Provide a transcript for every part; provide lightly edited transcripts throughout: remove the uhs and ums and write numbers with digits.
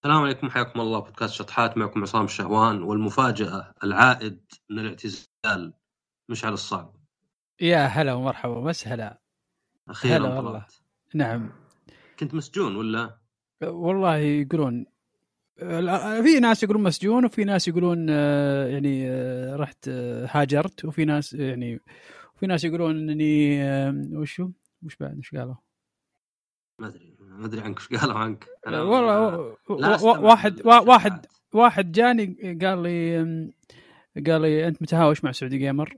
السلام عليكم، حياكم الله. بودكاست شطحات، معكم عصام الشهوان. والمفاجأة العائد من الاعتزال مشعل الصعب. يا هلا ومرحبا، بس هلا أخيرا والله. طلعت. نعم، كنت مسجون ولا؟ والله يقولون في ناس يقولون مسجون، وفي ناس يقولون يعني رحت هاجرت، وفي ناس يعني وفي ناس يقولون انني وش بعد ايش قالوا؟ ما أدري عنك، وش قالوا عنك؟ أنا والله لا أستمع واحد جاني قال لي انت متهاوش مع سعودي جيمر.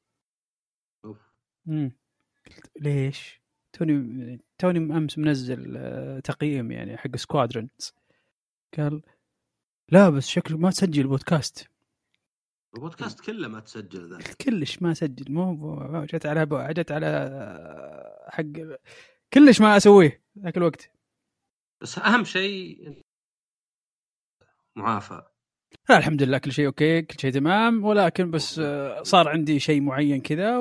قلت ليش؟ توني امس منزل تقييم يعني حق سكوادرنز. قال لا بس شكله ما تسجل البودكاست كله ما تسجل ذا. كلش ما سجل، مو جت على حق كلش ما اسويه ذاك الوقت. بس أهم شيء معافى. لا الحمد لله كل شيء اوكي، كل شيء تمام، ولكن بس صار عندي شيء معين كذا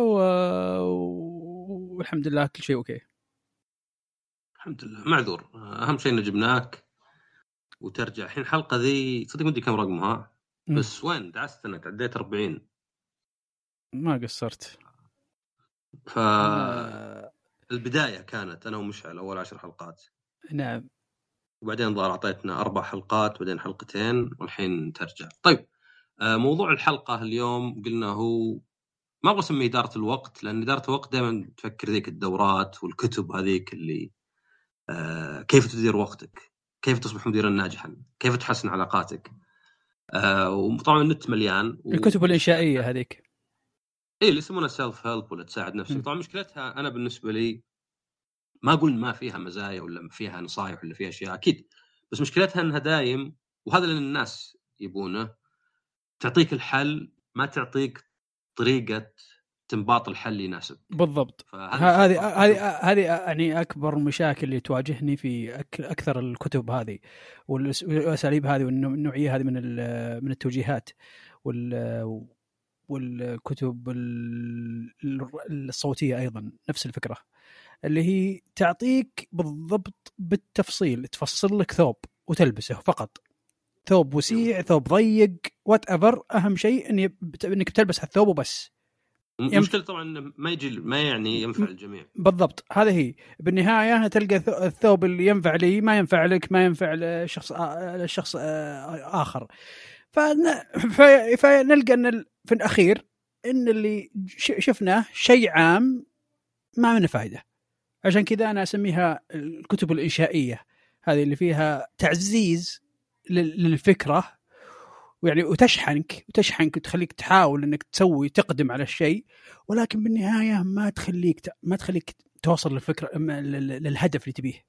والحمد لله كل شيء اوكي. الحمد لله معذور. أهم شيء إن جبناك وترجع الحين. الحلقة ذي صدق مدري كم رقمها، بس وين دعست أنا تعديت 40. ما قصرت. البداية كانت أنا ومشعل أول 10 حلقات. نعم. وبعدين ظهر أعطيتنا 4 حلقات، بعدين 2 حلقات، والحين ترجع. طيب، موضوع الحلقة اليوم قلنا هو ما أبغى أسميه إدارة الوقت، لأن إدارة الوقت دائما تفكر ذيك الدورات والكتب هذيك اللي كيف تدير وقتك، كيف تصبح مديرا ناجحا، كيف تحسن علاقاتك. وطبعا النت مليان الكتب الإنشائية هذيك اللي يسمونها سيلف هيلب ولا تساعد نفسك. طبعا مشكلتها أنا بالنسبة لي ما أقول ما فيها مزايا ولا فيها نصايح ولا فيها أشياء، أكيد، بس مشكلتها أنها دايم، وهذا اللي الناس يبونه، تعطيك الحل، ما تعطيك طريقة تنباط الحل يناسب. بالضبط. هذه يعني أكبر مشاكل اللي تواجهني في أكثر الكتب هذه والأساليب هذه والنوعية هذه من التوجيهات والكتب الصوتية أيضا نفس الفكرة، اللي هي تعطيك بالضبط بالتفصيل، تفصل لك ثوب وتلبسه فقط، ثوب وسيع ثوب ضيق whatever، أهم شيء إنك تلبس الثوب وبس. المشكلة طبعا ما يعني ينفع الجميع. بالضبط، هذا هي بالنهاية تلقى الثوب اللي ينفع لي ما ينفع لك، ما ينفع لشخص آخر. فنلقى أن في الأخير إن اللي شفناه شيء عام ما منه فائدة. عشان كذا أنا أسميها الكتب الإنشائية، هذه اللي فيها تعزيز للفكرة، ويعني وتشحنك وتخليك تحاول انك تقدم على الشيء، ولكن بالنهايه ما تخليك توصل للفكره للهدف اللي تبيه.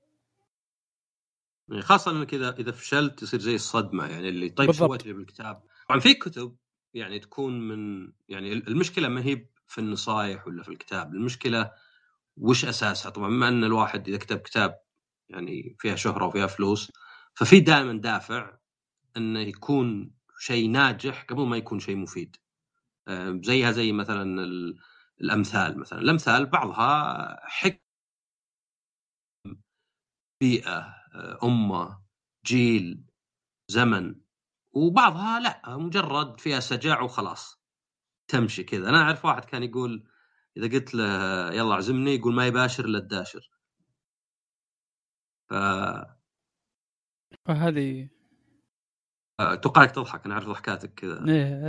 خاصه انك اذا فشلت يصير زي الصدمه، يعني اللي طيب سويت بالكتاب. طبعا في كتب يعني تكون من، يعني المشكله ما هي في النصائح ولا في الكتاب، المشكله وش اساسها. طبعا بما ان الواحد اذا كتب كتاب يعني فيها شهره وفيها فلوس، ففي دائما دافع انه يكون شيء ناجح قبل ما يكون شيء مفيد. زيها زي مثلا الامثال. مثلا الامثال بعضها حكم، بيئه، امه، جيل، زمن، وبعضها لا، مجرد فيها سجاع وخلاص تمشي كذا. انا اعرف واحد كان يقول اذا قلت له يلا اعزمني يقول ما يباشر الا الداشر. فهذه اتوقعك تضحك، انا اعرف ضحكاتك كذا.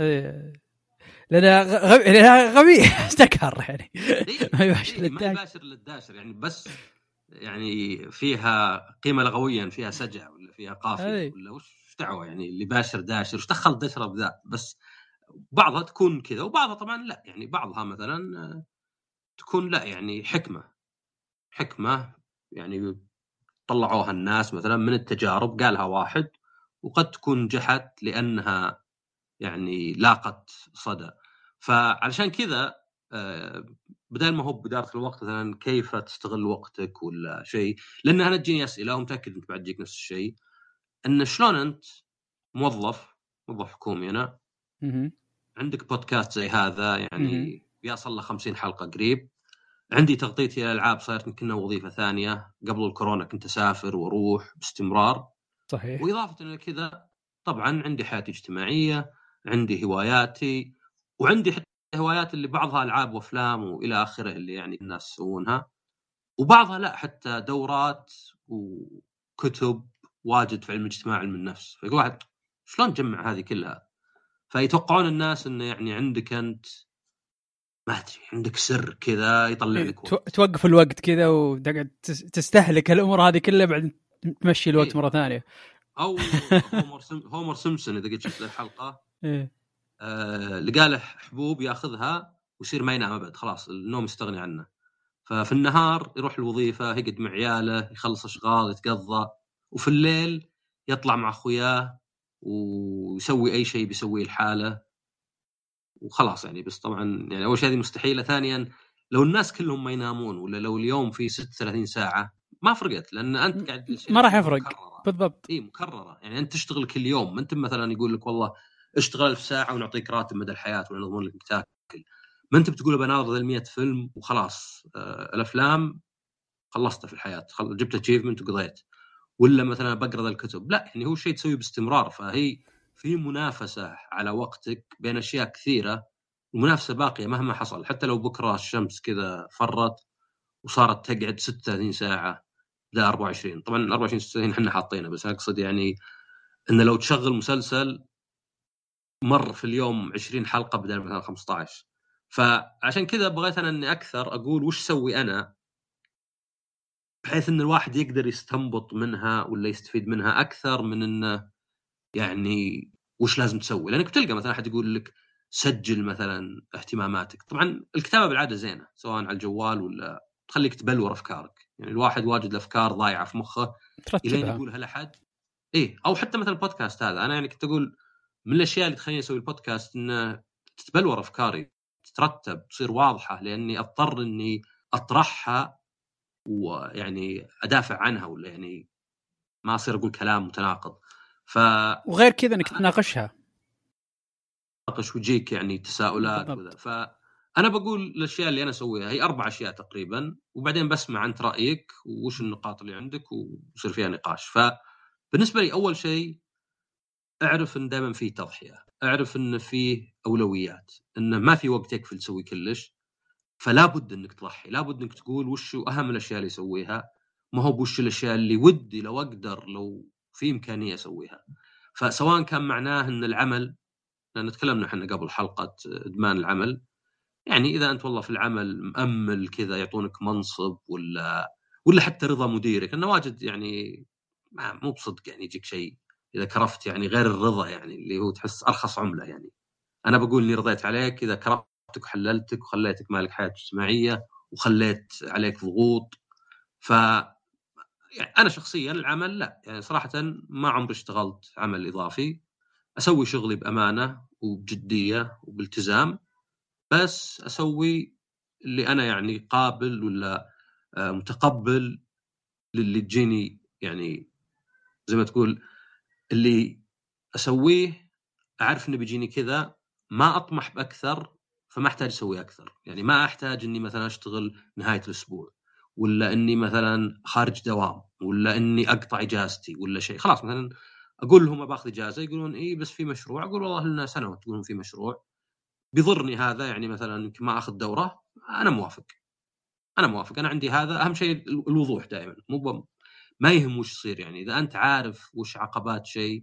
لأنها غبي استكهر يعني. ما يباشر الا الداشر، يعني بس يعني فيها قيمه لغويا، فيها سجع ولا فيها قافيه ولا وش دعوه، يعني اللي باشر داشر وش دخل دشره بذا. بس بعضها تكون كذا وبعضها طبعا لا، يعني بعضها مثلا تكون لا، يعني حكمه يعني طلعوها الناس مثلا من التجارب، قالها واحد وقد تكون جحت لانها يعني لاقت صدى. فعلشان كذا بدل ما هو بإدارة الوقت مثلا كيف تستغل وقتك ولا شيء، لأن أنا تجيني أسئلة ومتأكد أنت بعد تجيك نفس الشيء، أن شلون أنت موظف حكومي، أنا عندك بودكاست زي هذا يعني بيصل له 50 حلقة قريب، عندي تغطيتي الألعاب صارت يمكن وظيفة ثانية، قبل الكورونا كنت أسافر وأروح باستمرار، صحيح. وإضافة إلى كذا طبعا عندي حياتي اجتماعية، عندي هواياتي، وعندي حتى هوايات اللي بعضها ألعاب وأفلام وإلى آخره اللي يعني الناس يسوونها، وبعضها لا حتى دورات وكتب واجد في علم الاجتماع علم النفس. فيقول واحد شلون تجمع هذه كلها؟ فيتوقعون الناس إنه يعني عندك أنت ما أدري عندك سر كذا يطلع لك وقت. توقف الوقت كذا وتقعد تستهلك الأمور هذه كلها بعد تمشي الوقت إيه؟ مرة ثانية. أو هومر سيمبسون إذا قد شفت الحلقة، إيه. لقى له حبوب ياخذها ويصير ما ينام أبد، خلاص النوم يستغني عنه. ففي النهار يروح الوظيفة يقعد مع عياله يخلص أشغال يتقضى، وفي الليل يطلع مع أخوياه ويسوي أي شيء بيسويه الحالة وخلاص يعني. بس طبعا يعني أول شيء هذه مستحيلة. ثانيا لو الناس كلهم ما ينامون ولا لو اليوم في 36 ساعة ما فرقت، لأن أنت قاعد ما راح يفرق مكررة. بالضبط. إيه مكررة، يعني أنت تشتغل كل يوم. ما أنت مثلا يقول لك والله اشتغل 1000 ساعة ونعطيك راتب مدى الحياة ولا نضمن لك تاكل. ما أنت بتقول بناظر ذا 100 فيلم وخلاص. الأفلام خلصتها في الحياة، جبت اتشيفمنت وقضيت. ولا مثلا بقرا ذا الكتب، لا يعني هو شيء تسويه باستمرار. فهي في منافسة على وقتك بين أشياء كثيرة، المنافسة باقية مهما حصل. حتى لو بكرة الشمس كذا فرت وصارت تقعد 36 ساعة لا 24، طبعا 24 36 احنا حاطينه، بس أقصد يعني إن لو تشغل مسلسل مر في اليوم 20 حلقة بدل مثلا 15. فعشان كذا بغيت أنا أني أكثر أقول وش سوي أنا بحيث ان الواحد يقدر يستنبط منها ولا يستفيد منها اكثر من انه يعني وش لازم تسوي. لانك بتلقى مثلا احد يقول لك سجل مثلا اهتماماتك. طبعا الكتابه بالعاده زينه سواء على الجوال ولا تخليك تبلور افكارك. يعني الواحد واجد الافكار ضايعه في مخه الين يقولها لحد. ايه او حتى مثلا البودكاست هذا، انا يعني كنت اقول من الاشياء اللي تخليني اسوي البودكاست انه تتبلور افكاري، تترتب، تصير واضحه، لاني اضطر اني اطرحها ويعني ادافع عنها ولا يعني ما اصير اقول كلام متناقض. وغير كذا انك تناقشها ناقش ويجيك يعني تساؤلات وذا. فانا بقول الاشياء اللي انا اسويها هي 4 أشياء تقريبا، وبعدين بسمع انت رايك وش النقاط اللي عندك ويصير فيها نقاش. فبالنسبه لي اول شيء اعرف ان دائما فيه تضحيه، اعرف ان فيه اولويات، انه ما في وقت يكفي تسوي كلش. فلا بد انك تضحي، لا بد انك تقول وش اهم الاشياء اللي يسويها، ما هو بوش الاشياء اللي ودي لو اقدر لو في امكانيه اسويها. فسواء كان معناه ان العمل، لان تكلمنا احنا قبل حلقه ادمان العمل، يعني اذا انت والله في العمل مأمل كذا يعطونك منصب ولا حتى رضا مديرك، انه واجد يعني مو بصدق يعني يجيك شيء اذا كرفت يعني غير الرضا، يعني اللي هو تحس ارخص عمله. يعني انا بقول اني رضيت عليك اذا كرفتك وحللتك وخليتك مالك حياه اجتماعيه وخليت عليك ضغوط. ف يعني انا شخصيا العمل لا، يعني صراحه ما عمري اشتغلت عمل اضافي. اسوي شغلي بامانه وبجديه وبالتزام، بس اسوي اللي انا يعني قابل ولا متقبل للي تجيني، يعني زي ما تقول اللي اسويه اعرف انه بيجيني كذا، ما اطمح باكثر، فما احتاج اسوي اكثر. يعني ما احتاج اني مثلا اشتغل نهايه الاسبوع، ولا اني مثلا خارج دوام، ولا اني اقطع اجازتي ولا شيء. خلاص مثلا اقول لهم باخذ اجازه، يقولون اي بس في مشروع. اقول والله لنا سنه وتقولون في مشروع بيضرني هذا، يعني مثلا يمكن ما اخذ دوره. انا موافق، انا موافق، انا عندي هذا اهم شيء الوضوح دائما. ما يهم وش يصير، يعني اذا انت عارف وش عقبات شيء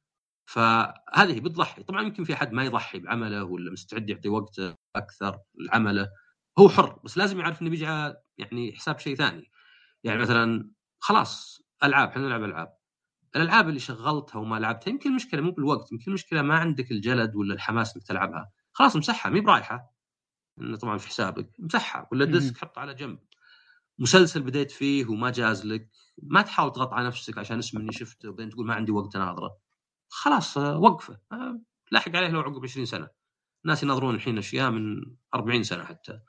فهذه بتضحي. طبعا يمكن في حد ما يضحي بعمله ولا مستعد يعطي وقته اكثر لعمله، هو حر، بس لازم يعرف انه بيجي يعني حساب شيء ثاني. يعني مثلا خلاص العاب، احنا نلعب الالعاب اللي شغلتها وما لعبتها، يمكن المشكله مو بالوقت، يمكن المشكله ما عندك الجلد ولا الحماس انك تلعبها. خلاص مسحها، مي برايحه، انه طبعا في حسابك مسحها، ولا ديسك حطه على جنب. مسلسل بديت فيه وما جاز لك، ما تحاول تضغط على نفسك عشان اسم اني شفته وبعدين تقول ما عندي وقت اناظره. خلاص وقفه، لاحق عليه لو عقب 20 سنه. الناس يناظرون الحين اشياء من 40 سنه حتى.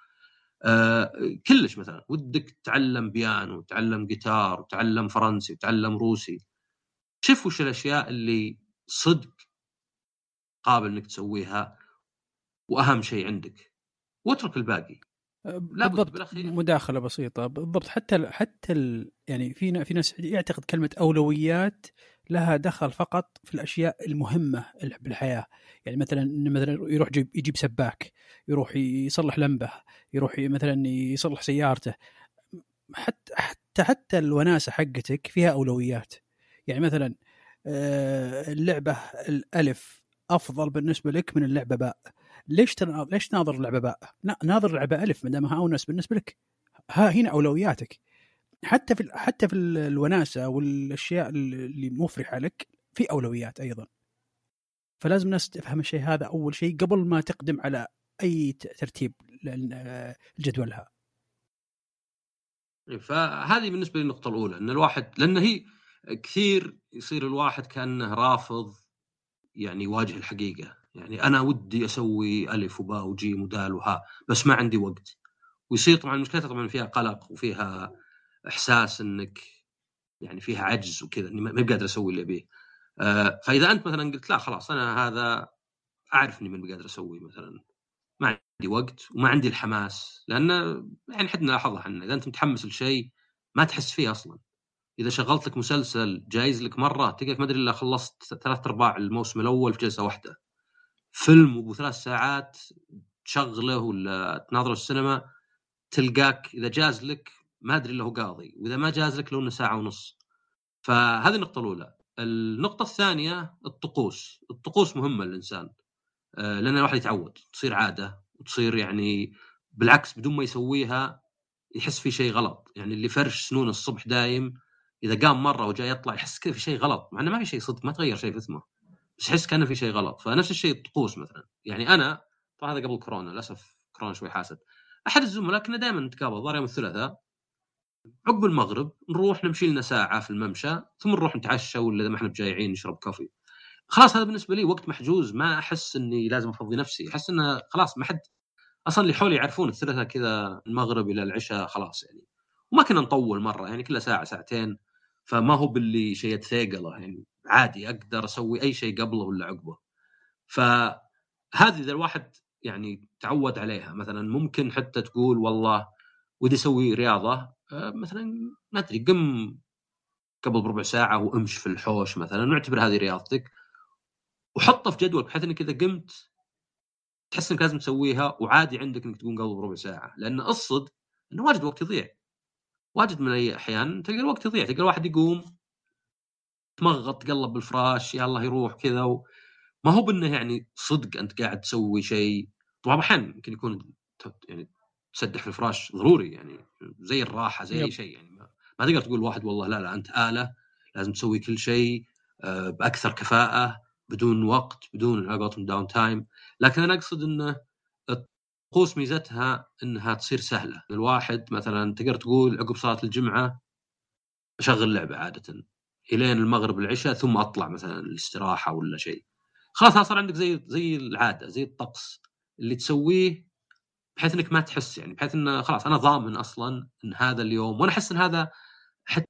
كلش مثلا ودك تتعلم بيانو وتعلم جيتار وتعلم فرنسي وتعلم روسي، شوف وش الاشياء اللي صدق قابل انك تسويها واهم شيء عندك، واترك الباقي. بالضبط. مداخله بسيطه بالضبط. يعني في ناس يعتقد كلمه اولويات لها دخل فقط في الأشياء المهمة بالحياة. يعني مثلا يروح يجيب سباك، يروح يصلح لمبة، يروح مثلا يصلح سيارته. حتى الوناسة حقتك فيها أولويات. يعني مثلا اللعبة الألف أفضل بالنسبة لك من اللعبة باء. ليش ناظر لعبة باء؟ ناظر لعبة ألف ما دامها أونس بالنسبة لك. هنا أولوياتك. حتى في الوناسة والأشياء اللي مفرحة لك في أولويات أيضا. فلازم الناس تفهم الشيء هذا أول شيء قبل ما تقدم على أي ترتيب لجدولها. فهذه بالنسبة لي النقطة الأولى، أن الواحد لأن هي كثير يصير الواحد كأنه رافض يعني يواجه الحقيقة. يعني أنا ودي أسوي ألف وباء وجيم ودال وها بس ما عندي وقت. ويصير طبعا المشكلة طبعا فيها قلق وفيها إحساس أنك يعني فيها عجز وكذا، إني ما بقادر أسوي اللي أبيه. فإذا أنت مثلا قلت لا خلاص أنا هذا أعرف إني ما بقادر أسوي، مثلا ما عندي وقت وما عندي الحماس، لأن يعني حد نلاحظها إن إذا أنت متحمس لشيء ما تحس فيه أصلا. إذا شغلت لك مسلسل جايز لك مرة تلقاك ما أدري إلا خلصت 3/4 الموسم الأول في جلسة واحدة. فيلم أبو 3 ساعات تشغله ولا تناظره السينما تلقاك إذا جاز لك ما أدري إلا هو قاضي، وإذا ما جاز لك لو إنه ساعة ونص. فهذه النقطة الأولى. النقطة الثانية الطقوس مهمة للإنسان، لأن الواحد يتعود تصير عادة وتصير يعني بالعكس بدون ما يسويها يحس في شيء غلط. يعني اللي فرش سنون الصبح دايم إذا قام مرة وجاء يطلع يحس كذا في شيء غلط، مع أنه ما في شيء صدق، ما تغير شيء في اسمه، بس يحس كأنه في شيء غلط. فنفس الشيء الطقوس مثلا. يعني أنا طبعا هذا قبل كورونا، للأسف كورونا شوي حاسد. أحد الزملاء كنا دائما نتقابل ظهر يوم الثلاثاء عقب المغرب، نروح نمشي لنا ساعة في الممشى ثم نروح نتعشى، ولا إذا ما احنا بجايعين نشرب كوفي. خلاص هذا بالنسبة لي وقت محجوز، ما أحس إني لازم أفضي نفسي. أحس إنه خلاص ما حد أصلا اللي حولي يعرفون الثلاثاء كذا المغرب إلى العشاء خلاص يعني. وما كنا نطول مرة يعني كل ساعة ساعتين، فما هو باللي شيء ثقله يعني عادي أقدر أسوي أي شيء قبله ولا عقبه. فهذه إذا الواحد يعني تعود عليها، مثلا ممكن حتى تقول والله ودي أسوي رياضة، مثلا ما أدري قم قبل بربع ساعة وامش في الحوش مثلا، نعتبر هذه رياضتك وحطها في جدولك بحيث انك اذا قمت تحس انك لازم تسويها، وعادي عندك انك تقوم قبل بربع ساعة. لان الصدق انه واجد وقت يضيع، واجد من اي احيان تلقى الوقت يضيع، تلقى الواحد يقوم تمغط تقلب بالفراش يلا يروح كذا ما هو بانه يعني صدق انت قاعد تسوي شيء. طبعا احيانا يمكن يكون يعني تسدح في الفراش ضروري يعني زي الراحة زي اي شيء. يعني ما تقدر تقول واحد والله لا أنت آلة لازم تسوي كل شيء بأكثر كفاءة بدون وقت بدون داون تايم. لكن أنا أقصد أن الطقوس ميزتها أنها تصير سهلة للواحد. مثلا تقدر تقول عقب صلاة الجمعة أشغل لعبة عادة إلين المغرب العشاء ثم أطلع مثلا الاستراحة ولا شيء. خلاص صار عندك زي العادة زي الطقس اللي تسويه بحيث انك ما تحس يعني بحيث انه خلاص انا ضامن اصلا ان هذا اليوم. وانا احس ان هذا حتى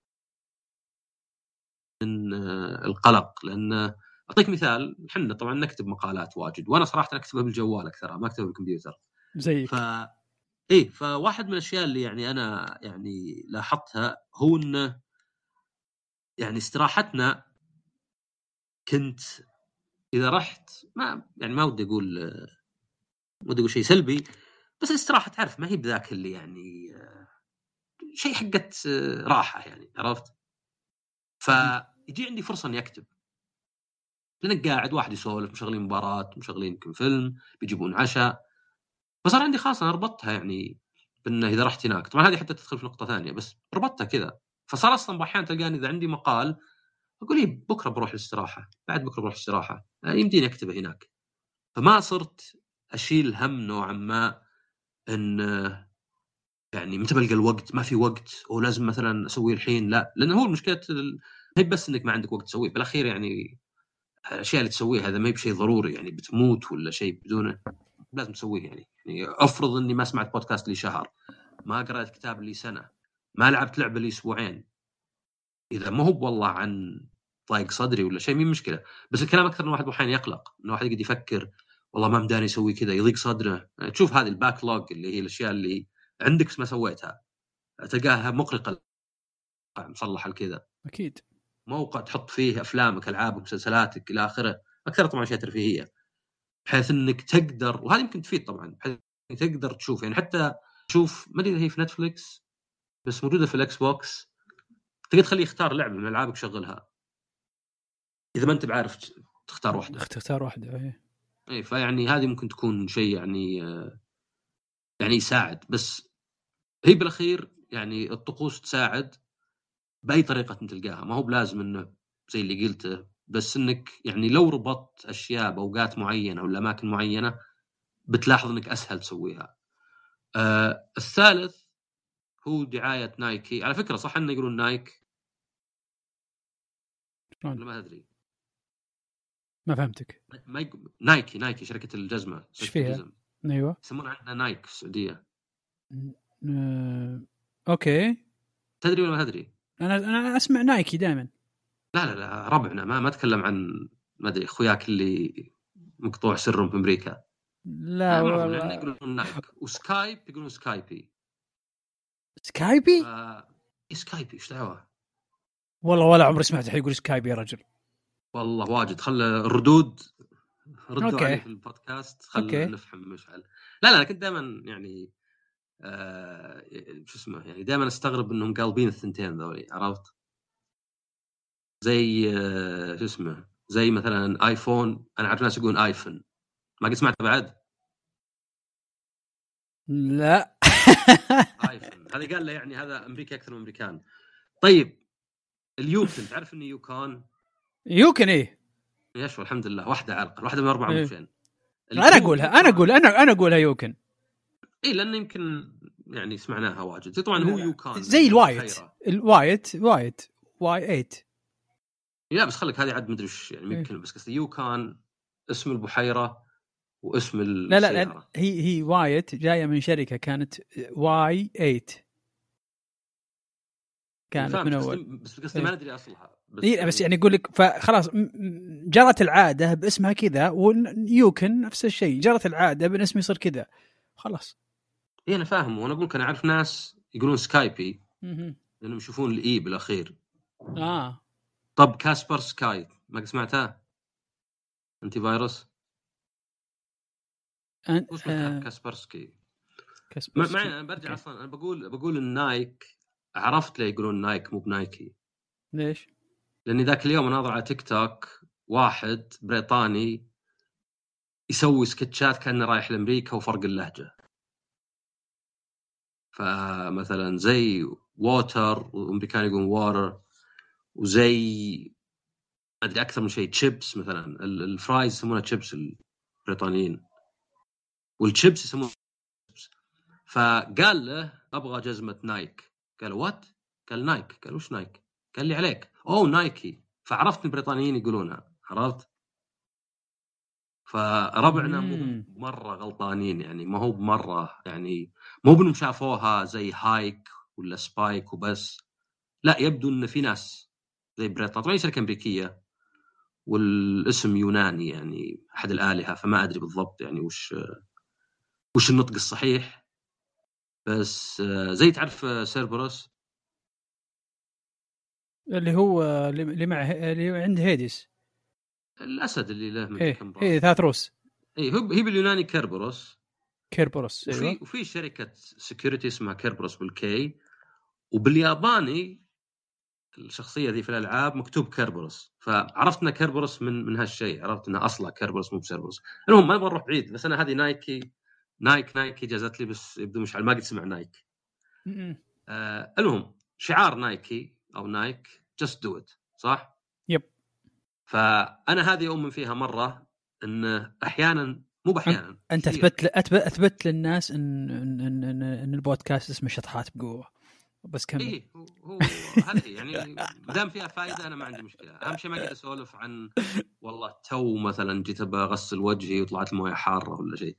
من القلق. لان اعطيك مثال، احنا طبعا نكتب مقالات واجد وانا صراحه اكتبها بالجوال اكثرها ما اكتبها بالكمبيوتر زيك. فواحد من الاشياء اللي يعني انا يعني لاحظتها هو انه يعني استراحتنا كنت اذا رحت ما ودي اقول شيء سلبي، بس الاستراحه تعرف ما هي بذاك اللي يعني شيء حقت راحه يعني عرفت. فيجي عندي فرصة إني أكتب، لأنك قاعد واحد يسولف مشغلين مباراة مشغلين يمكن فيلم بيجيبون عشاء. فصار عندي خلاص أنا ربطتها يعني بأنه إذا رحت هناك طبعا هذه حتى تدخل في نقطة ثانية بس ربطتها كذا. فصار أصلا أحيانا تلقاني إذا عندي مقال أقول لي بكرة بروح الاستراحة بعد بكرة بروح الاستراحة يمديني أكتبه هناك. فما صرت أشيل هم نوعا ما إن يعني متى بلقى الوقت ما في وقت ولازم مثلا أسوي الحين. لا لأنه هو المشكلة هي بس إنك ما عندك وقت تسويه بالأخير. يعني الأشياء اللي تسويها هذا ما هي بشيء ضروري يعني بتموت ولا شيء بدونه لازم تسويه. يعني أفرض إني ما سمعت بودكاست لي شهر، ما قرأت كتاب لي سنة، ما لعبت لعبة لي أسبوعين، إذا ما هو والله عن ضايق صدري ولا شيء مين مشكلة. بس الكلام أكثر إن واحد أحيانا يقلق، إن واحد يقعد يفكر والله ما مداني يسوي كذا يضيق صدره. تشوف هذه الباك لوج اللي هي الأشياء اللي عندك ما سويتها تلقاها مقلقة مصلحة الكذا. أكيد موقع تحط فيه افلامك العابك مسلسلاتك الى اخره، اكثر طبعا اشياء ترفيهيه، بحيث انك تقدر، وهذه يمكن تفيد طبعا، بحيث انك تقدر تشوف يعني حتى تشوف ما ادري اذا هي في نتفليكس بس موجوده في الاكس بوكس، تقدر تخليه يختار لعبه من العابك شغلها اذا ما انت بعرف تختار واحده. اي فيعني هذه ممكن تكون شيء يعني يساعد، بس هي بالاخير يعني الطقوس تساعد باي طريقه انت تلقاها، ما هو بلازم انه زي اللي قلته، بس انك يعني لو ربطت اشياء باوقات معينه ولا اماكن معينه بتلاحظ انك اسهل تسويها. الثالث هو دعايه نايكي. على فكره صح انه يقولون نايك ولا ما ادري، ما فهمتك. ما نايكي شركه الجزمه، ايش فيها؟ ايوه يسمونها عندنا نايك في السعوديه. اوكي، تدري ولا ما تدري؟ انا اسمع نايكي دائما. لا ربعنا ما اتكلم عن ما ادري اخوياك اللي مقطوع سرهم في امريكا. لا والله يقولون نايك، وسكايب يقولون سكايبي. سكايبي ايش دعوه؟ والله ولا عمري سمعت حد يقول سكايبي يا رجل. والله واجد، خلى الردود ردوا أوكي. علي في البودكاست، خلنا نفهم مشعل. لا كنت دائما يعني شو اسمه يعني دائما استغرب انهم قالبين الثنتين ذولي، عرفت؟ زي شو اسمه، زي مثلا ايفون، انا عارف ناس يقولون ايفون، ما قد سمعت بعد. لا ايفون هذا قال له يعني هذا امريكي اكثر من امريكان. طيب اليوكن، تعرف انه يوكن ايه ايش؟ الحمد لله واحده على الاقل، واحده من 4 مشين. انا اقولها يوكن. اي لانه يمكن يعني سمعناها واجد. طبعا هو يوكان زي الوايت واي 8. لا بس خليك هذه عاد مدري ايش يعني يمكن، بس قصدي يوكان اسم البحيره واسم السياره. لا هي وايت جايه من شركه كانت واي 8 كانت من اول، بس قصدي ما ندري اصلها. بس يعني يقول لك فخلاص جرت العاده باسمها كذا، ويوكن نفس الشيء جرت العاده باسم يصير كذا خلاص. اي انا فاهم، وانا اقول لك انا اعرف ناس يقولون سكايبي لانهم يشوفون الاي بالاخير. طب كاسبر سكاي ما سمعتها؟ انتي فيروس كاسبرسكي. انا برجع اصلا انا بقول النايك، عرفت ليه يقولون نايك مو بنايكي؟ ليش؟ لاني ذاك اليوم اناظر على تيك توك واحد بريطاني يسوي سكتشات كأنه رايح لأمريكا وفرق اللهجة، فمثلا زي ووتر وامريكان يقولون واتر، وزي ادري اكثر من شيء تشيبس، مثلا الفرايز يسمونها تشيبس البريطانيين، والتشيبس يسمونها تشيبس. فقال له ابغى جزمة نايك، قال وات؟ قال نايك. قال وش نايك؟ قال لي عليك نايكي. فعرفت البريطانيين يقولونها، عرفت؟ فربعنا مو مرة غلطانين يعني، ما هو بمرة يعني مو بانهم شافوها زي هايك ولا سبايك وبس، لا يبدو ان في ناس زي بريطانيا، طبعا شركة امريكية والاسم يوناني يعني احد الآلهة، فما ادري بالضبط يعني وش النطق الصحيح، بس زي تعرف سيربروس اللي هو اللي مع اللي عند هيديس، الاسد اللي له من كم راس، ذات روس. هي باليوناني كيربروس. ايوه. وفي شركة سكيورتي اسمها كيربروس بالكي، وبالياباني الشخصية ذي في الألعاب مكتوب كيربروس، فعرفت أن كيربروس من هالشيء، عرفت أنها أصلا كيربروس مو بسيربروس. المهم ما نبغى نروح بعيد، بس أنا هذه نايكي جازت لي، بس يبدو مش ما قد سمع نايك. المهم شعار نايكي أو نايك just do it، صح؟ يب. فأنا هذه أؤمن فيها مرة، إن أحيانا مو بأحيانا أنت أثبت للناس إن البودكاست اسمه شطحات بقوة، بس كمل. إيه هو هذه يعني مدام فيها فائدة أنا ما عندي مشكلة. أهم شيء ما قاعد أسولف عن والله تو مثلا جيت أغسل وجهي وطلعت الموية حارة ولا شيء.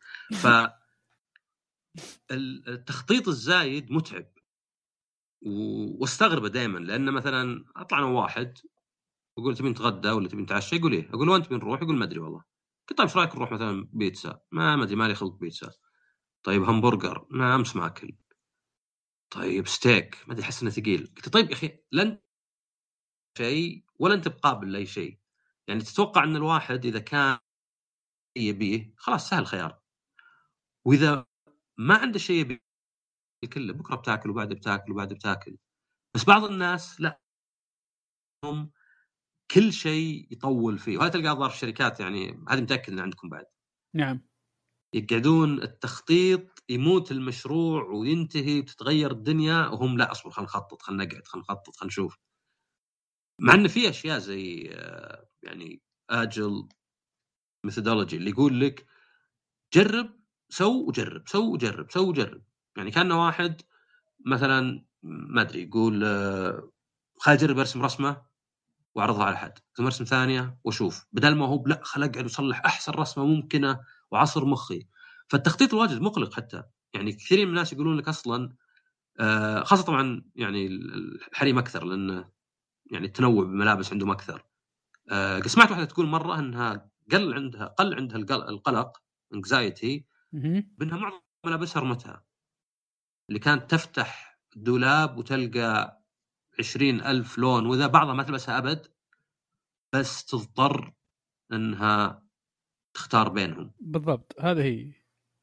فالتخطيط الزايد متعب واستغربه دائما، لأن مثلا أطلع أنا واحد يقول تبين نتغدى ولا تبين نتعشى، يقول إيه؟ أقول وين تبين نروح؟ يقول ما أدري والله. قلت طيب إيش رأيك نروح مثلا بيتزا؟ ما أدري مالي خلق بيتزا. طيب همبرجر؟ ما أمس ما أكل. طيب ستيك؟ ما أدري أحس إنه ثقيل. قلت طيب يا أخي لن شيء ولا انت بقابل لاي شيء. يعني تتوقع ان الواحد اذا كان يبيه خلاص سهل خيار، واذا ما عنده شيء يبيه كله بكره بتاكل وبعد بتاكل وبعد بتاكل. بس بعض الناس لا، هم كل شيء يطول فيه، وهذا تلقى ظهر الشركات. يعني هذه متاكد ان عندكم بعد. نعم. يقعدون التخطيط يموت المشروع وينتهي وتتغير الدنيا، وهم لا اصبر خلينا نخطط، خلينا نقعد، خلينا نخطط، خلينا نشوف. مع ان في اشياء زي يعني اجل ميثودولوجي اللي يقول لك جرب سو وجرب، سو وجرب، سو وجرب. يعني كان واحد مثلا ما ادري يقول خليني اجرب ارسم رسمه واعرضها على حد، ثم ارسم ثانيه واشوف، بدل ما هو لا خل اقعد وصلح احسن رسمه ممكنه وعصر مخي. فالتخطيط الواجد مقلق حتى. يعني كثير من الناس يقولون لك اصلا خاصه طبعا يعني الحريم اكثر، لان يعني التنوع بالملابس عندهم اكثر. سمعت واحده تقول مره انها قل عندها القلق انكزايتي بانها معظم ملابسها رمتها، اللي كانت تفتح الدولاب وتلقى 20,000 لون، وإذا بعضها ما تلبسها أبد بس تضطر أنها تختار بينهم. بالضبط، هذا هي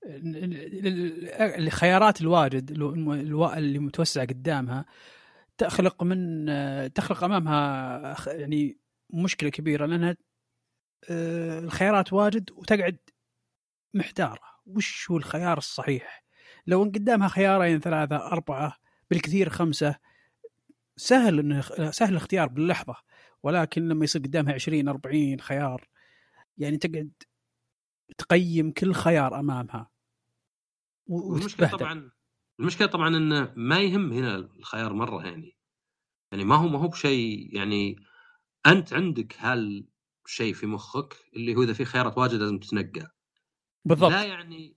الخيارات الواجد اللي متوسعة قدامها تخلق أمامها يعني مشكلة كبيرة، لأنها الخيارات واجد وتقعد محتارة وش هو الخيار الصحيح. لو ان قدامها خيارين 3 4 بالكثير 5 سهل الاختيار باللحظة، ولكن لما يصير قدامها 20 40 خيار يعني تقعد تقيم كل خيار أمامها المشكلة طبعا إنه ما يهم هنا الخيار مرة. يعني ما هو بشيء. يعني أنت عندك هالشيء في مخك اللي هو إذا في خيارات واجد لازم تتنقى. بالضبط. لا يعني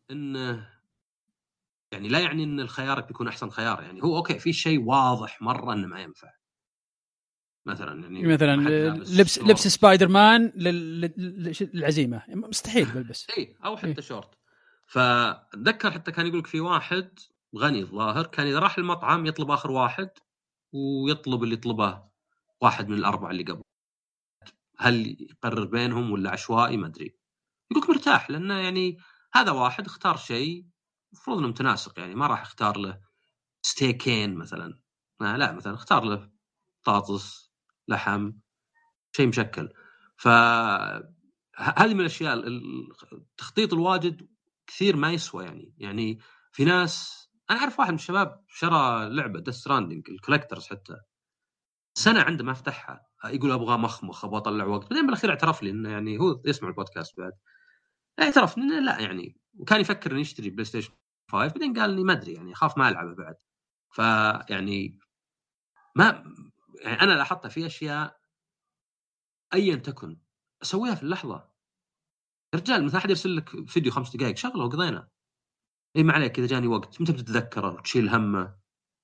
إن الخيارك بيكون أحسن خيار. يعني هو أوكي في شيء واضح مرة إنه ما ينفع، مثلا لبس سبايدر مان للعزيمة مستحيل بلبس أو حتى شورت. فأتذكر حتى كان يقولك في واحد غني الظاهر كان إذا راح المطعم يطلب آخر واحد ويطلب اللي يطلبه واحد من الأربعة اللي قبل. هل يقرر بينهم ولا عشوائي ما أدري. يقولك مرتاح لأنه يعني هذا واحد اختار شيء مفروض انه متناسق. يعني ما راح اختار له ستيكين مثلا، لا مثلا اختار له بطاطس لحم شيء مشكل. فهذه من الاشياء. التخطيط الواجد كثير ما يسوى. يعني في ناس، انا اعرف واحد من الشباب شرى لعبه ديث ستراندنج الكولكترز حتى سنه عنده ما فتحها، يقول ابغى مخمخ ابغى اطلع وقت. بعدين بالاخير اعترف لي انه يعني هو يسمع البودكاست بعد اعترف انه لا يعني، وكان يفكر انه يشتري بلاي ستيشن 5 بعدين قال لي ما ادري يعني اخاف ما العبه بعد. فيعني ما يعني انا لاحظتها في اشياء ايا تكن اسويها في اللحظه. رجال مثلا احد يرسل لك فيديو 5 دقائق شغله وقضينا، اي ما عليك اذا جاني وقت متى بتتذكره وتشيل همه.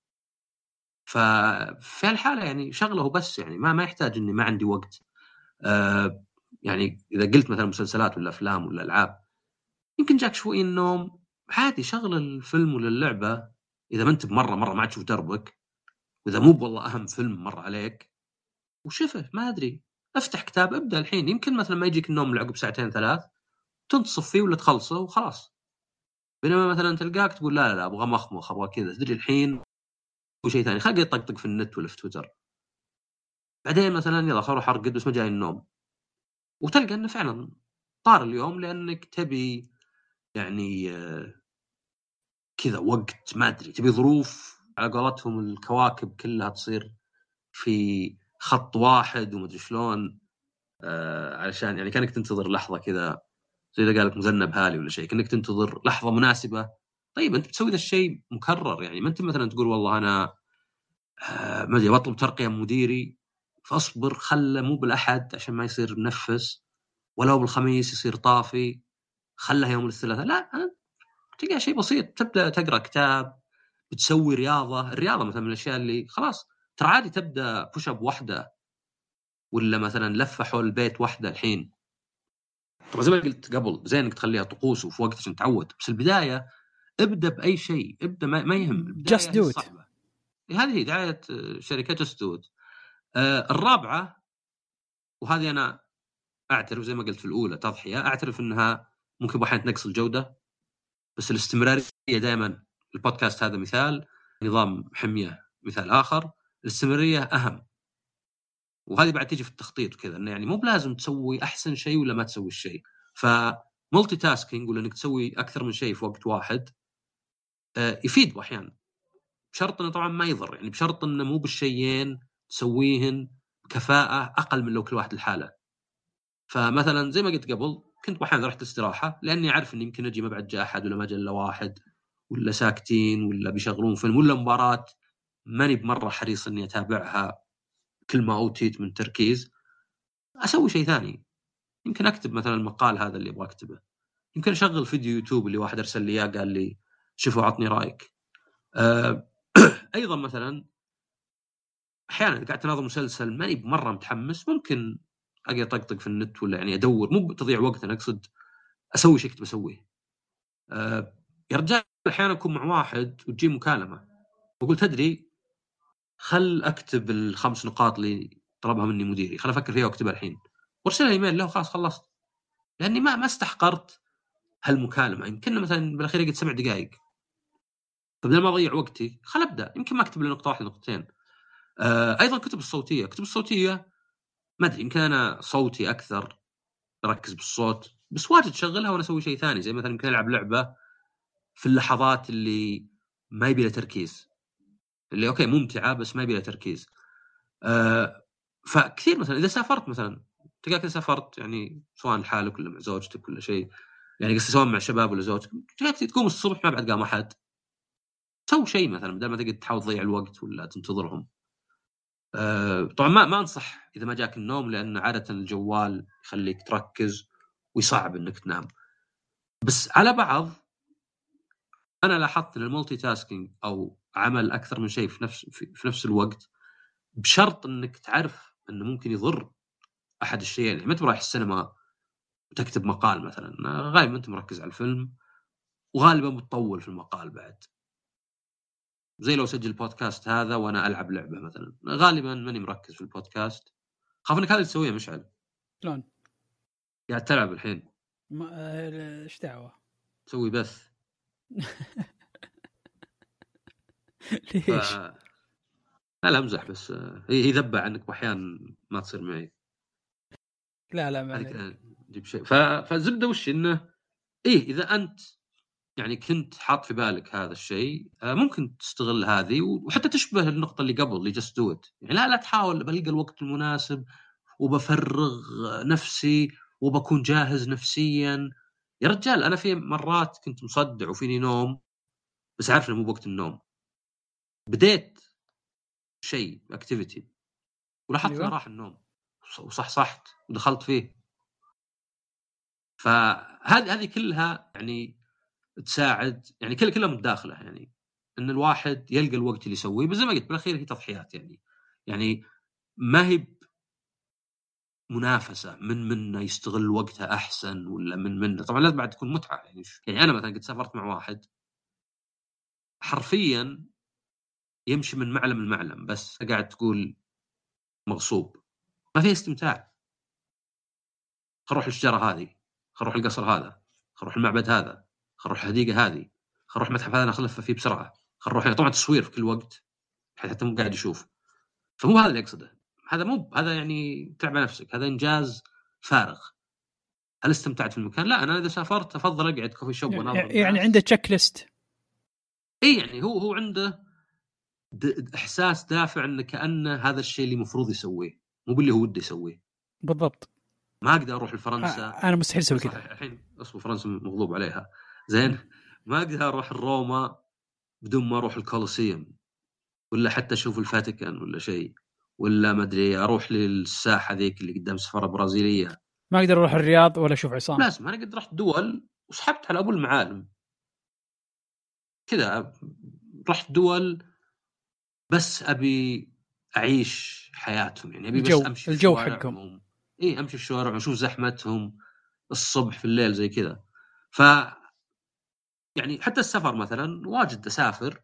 ففي الحاله يعني شغله بس، يعني ما يحتاج اني ما عندي وقت. يعني اذا قلت مثلا مسلسلات ولا افلام ولا العاب يمكن جاك شوي النوم عادي، شغل الفيلم ولا اللعبه اذا ما انت بمره ما تشوف دربك، واذا مو والله اهم فيلم مر عليك وشفه ما ادري افتح كتاب ابدا الحين. يمكن مثلا ما يجيك النوم لعقب ساعتين 3 تنتصف فيه ولا تخلصه وخلاص. بينما مثلا تلقاك تقول لا ابغى مخمخ ابغى كذا تدري الحين وشيء ثاني خلق يطقطق في النت ولا في تويتر، بعدين مثلا يلا خل اروح ارقد بس ما جاي النوم، وتلقى انه فعلا طار اليوم لانك تبي يعني كذا وقت ما ادري تبي ظروف على قولتهم الكواكب كلها تصير في خط واحد وما ادري شلون علشان يعني كانك تنتظر لحظه كذا زي اذا قالك مذنب هالي ولا شيء كانك تنتظر لحظه مناسبه. طيب انت بتسوي ذا الشيء مكرر. يعني ما انت مثلا تقول والله انا ما ادري بطلب ترقيه من مديري فاصبر خله مو بالاحد عشان ما يصير منفس، ولو بالخميس يصير طافي خلها يوم الثلاثاء. لا تلقى شيء بسيط، تبدا تقرا كتاب، بتسوي رياضه. الرياضه مثلا من الاشياء اللي خلاص ترى عادي تبدا بوش اب واحده ولا مثلا لفه حول البيت واحده الحين. طبعا زي ما قلت قبل زين انك تخليها طقوس وفي وقت عشان تعود، بس البدايه ابدا باي شيء، ابدا ما يهم البدايه صعبه. هذه دعايه شركه جست دو إت. الرابعه وهذه انا اعترف زي ما قلت في الاولى تضحيه، اعترف انها ممكن احيانا تنقص الجوده، بس الاستمراريه دائما. البودكاست هذا مثال، نظام حميه مثال اخر. الاستمراريه اهم، وهذه بعد تيجي في التخطيط كذا، انه يعني مو بلازم تسوي احسن شيء ولا ما تسوي الشيء. فمولتي تاسكينج ولا انك تسوي اكثر من شيء في وقت واحد يفيد احيانا، بشرط انه طبعا ما يضر، يعني بشرط انه مو بالشيئين تسويهن بكفاءه اقل من لو كل واحد لحاله. فمثلا زي ما قلت قبل، كنت احيانا رحت استراحه لاني عارف اني يمكن اجي ما بعد جاء احد، ولا ما جاء الا واحد، ولا ساكتين، ولا بيشغلون فيلم، ولا مباراه ماني بمره حريص اني اتابعها كل ما اوتيت من تركيز، اسوي شيء ثاني. يمكن اكتب مثلا المقال هذا اللي ابغى اكتبه، يمكن اشغل فيديو يوتيوب اللي واحد ارسل لي اياه قال لي شوفوا عطني رايك. ايضا مثلا احيانا قاعد اناظر مسلسل ماني بمره متحمس، ممكن اجي اطقطق في النت، ولا يعني ادور، مو بتضيع وقت، انا اقصد اسوي شيء كنت بسويه. يا رجال احيانا اكون مع واحد وتجي مكالمه وقلت تدري خل اكتب ال5 نقاط اللي طلبها مني مديري، خل افكر فيها واكتبها الحين، وارسلها ايميل له خلاص خلصت، لاني ما استحقرت هالمكالمه. يمكن مثلا بالاخير قد 7 دقائق، فبدل ما اضيع وقتي خل ابدا، يمكن ما اكتب له نقطه واحده نقطتين. ايضا الكتب الصوتيه ما ادري، يمكن انا صوتي اكثر، اركز بالصوت، بس واجد شغلها وانا اسوي شيء ثاني. زي مثلا يمكن العب لعبه في اللحظات اللي ما يبي لها تركيز، اللي اوكي ممتعه بس ما يبي لها تركيز. فكثير مثلا اذا سافرت، مثلا تلقاك سافرت يعني سواء لحالك ولا مع زوجتك ولا شيء، يعني قصدي سواء مع شباب ولا زوجتك، تقوم الصبح ما بعد قام احد، سوي شيء مثلا بدل ما تقعد تحاول تضيع الوقت ولا تنتظرهم. طبعا ما انصح اذا ما جاك النوم، لان عاده الجوال يخليك تركز ويصعب انك تنام. بس على بعض انا لاحظت ان المولتي تاسكينج او عمل اكثر من شيء في نفس الوقت، بشرط انك تعرف انه ممكن يضر احد الشيئين. يعني ما انت رايح السينما وتكتب مقال مثلا، غالبا انت مركز على الفيلم، وغالبا بتطول في المقال بعد. زي لو سجل بودكاست هذا وانا العب لعبه مثلا، غالبا ماني مركز في البودكاست. خاف انك هذا تسويه مشعل. شلون قاعد تلعب الحين؟ ايش دعوه تسوي بث؟ ليش؟ لا امزح، بس هي ذبة عنك واحيانا ما تصير معي. لا ما هذه جيب شيء. فالزبده وش انه اذا انت يعني كنت حاط في بالك هذا الشيء، ممكن تستغل هذه، وحتى تشبه النقطه اللي قبل اللي جست دوت. يعني لا تحاول بلقى الوقت المناسب وبفرغ نفسي وبكون جاهز نفسيا. يا رجال انا في مرات كنت مصدع وفيني نوم، بس عارف انه مو بوقت النوم، بديت شيء اكتيفيتي ولاحظت انه راح النوم وصحصحت ودخلت فيه. فهذه كلها يعني تساعد، يعني كلها متداخله، يعني ان الواحد يلقى الوقت اللي يسويه. بس زي ما قلت بالاخير هي تضحيات، يعني ما هي منافسه من يستغل وقتها احسن ولا من طبعا لازم بعد تكون متعه. يعني انا مثلا قد سافرت مع واحد حرفيا يمشي من معلم لمعلم، بس قاعد تقول مغصوب، ما في استمتاع. خل نروح الشجره هذه، خل نروح القصر هذا، خل نروح المعبد هذا، خل نروح الحديقه هذه، خل نروح المتحف هذا نخلف فيه بسرعه، خل نروح. طبعا تصوير في كل وقت حتى مو قاعد يشوف. فمو هذا اللي اقصده، هذا يعني تعب نفسك، هذا انجاز فارغ. هل استمتعت في المكان؟ لا، انا اذا سافرت افضل اقعد كوفي شوب وناظر الناس. يعني عنده تشيك ليست. يعني هو عنده احساس دافع انه كانه هذا الشيء اللي المفروض يسويه، مو باللي هو وده يسويه. بالضبط. ما اقدر اروح لفرنسا، انا مستحيل اسوي كذا الحين اصبر فرنسا مغضوب عليها زين. ما اقدر اروح روما بدون ما اروح الكولوسيوم، ولا حتى اشوف الفاتيكان ولا شيء، ولا ما ادري اروح للساحه ذيك اللي قدام السفاره البرازيليه. ما اقدر اروح الرياض ولا اشوف عصام. لازم. انا قد رحت دول وسحبت على ابو المعالم كذا، رحت دول بس ابي اعيش حياتهم، يعني ابي بس امشي في شوارعهم. امشي في الشوارع واشوف زحمتهم الصبح في الليل زي كذا. ف يعني حتى السفر مثلا واجد اسافر